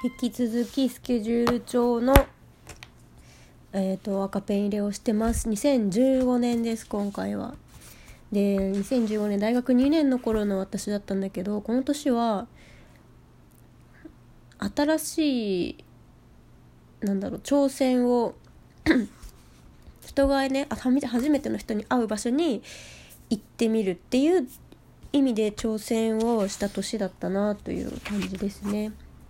引き続きスケジュール帳の、赤ペン入れをしてます。2015年です、今回は。で、2015年大学2年の頃の私だったんだけど、この年は新しい挑戦を人がね、初めての人に会う場所に行ってみるっていう意味で挑戦をした年だったなという感じですね。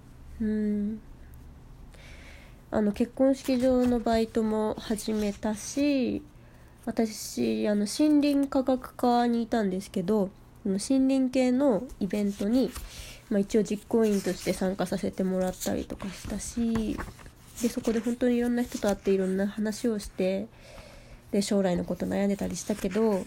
結婚式場のバイトも始めたし、私森林科学科にいたんですけど、森林系のイベントに、一応実行委員として参加させてもらったりとかしたし、でそこで本当にいろんな人と会っていろんな話をして、で将来のこと悩んでたりしたけど、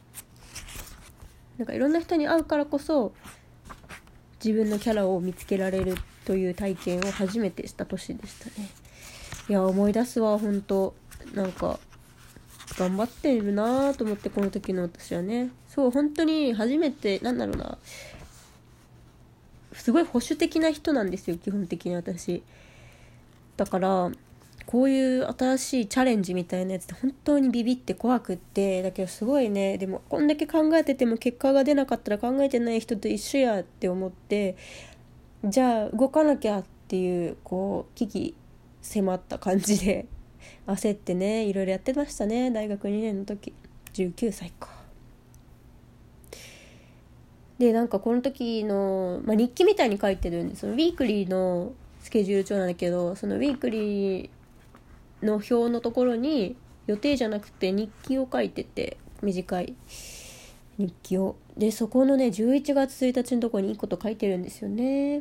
いろんな人に会うからこそ自分のキャラを見つけられるという体験を初めてした年でしたね。いや、思い出すわ、本当頑張ってるなと思って、この時の私はね。そう、本当に初めて、すごい保守的な人なんですよ、基本的に私。だからこういう新しいチャレンジみたいなやつって本当にビビって怖くって、だけどすごいね、でもこんだけ考えてても結果が出なかったら考えてない人と一緒やって思って、じゃあ動かなきゃっていう危機迫った感じで焦ってね、いろいろやってましたね。大学2年の時、19歳か。でこの時の、日記みたいに書いてるんです。そのウィークリーのスケジュール帳なんだけど、そのウィークリーの表のところに予定じゃなくて日記を書いてて、短い日記を。でそこのね、11月1日のところにいいこと書いてるんですよね。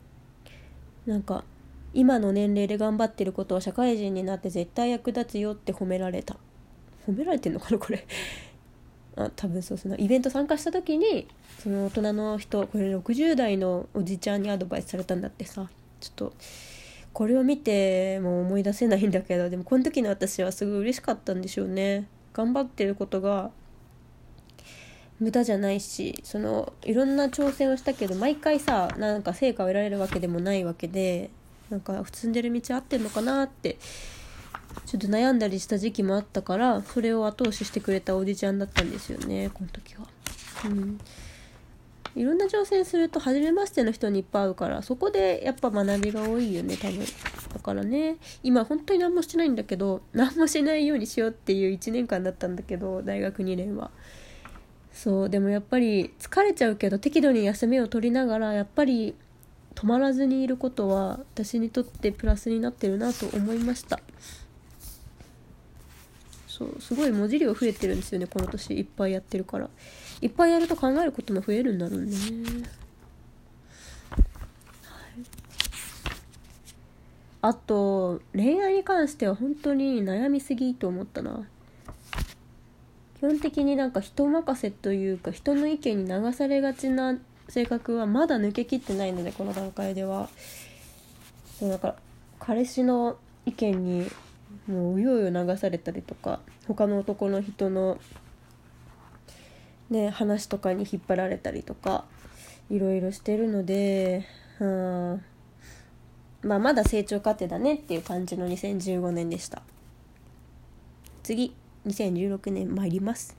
今の年齢で頑張ってることは社会人になって絶対役立つよって褒められてんのかなこれ多分そう、そのイベント参加した時に、その大人の人、これ60代のおじちゃんにアドバイスされたんだってさ。ちょっとこれを見てもう思い出せないんだけど、でもこの時の私はすごい嬉しかったんでしょうね。頑張ってることが無駄じゃないし、いろんな挑戦をしたけど、毎回さ、成果を得られるわけでもないわけで、進んでる道合ってんのかなってちょっと悩んだりした時期もあったから、それを後押ししてくれたおじちゃんだったんですよね、この時は。いろんな挑戦すると初めましての人にいっぱい会うから、そこでやっぱ学びが多いよね、多分。だからね、今本当に何もしてないんだけど、何もしないようにしようっていう1年間だったんだけど、大学2年は。そう、でもやっぱり疲れちゃうけど、適度に休みを取りながら、やっぱり止まらずにいることは私にとってプラスになってるなと思いました。そう、すごい文字量増えてるんですよね、この年。いっぱいやってるから。いっぱいやると考えることも増えるんだろうね。あと恋愛に関しては本当に悩みすぎと思ったな。基本的に人任せというか、人の意見に流されがちな性格はまだ抜けきってないので、この段階では。そう彼氏の意見にもううようよ流されたりとか、他の男の人のね、話とかに引っ張られたりとか、いろいろしてるので、まだ成長過程だねっていう感じの2015年でした。次、2016年参ります。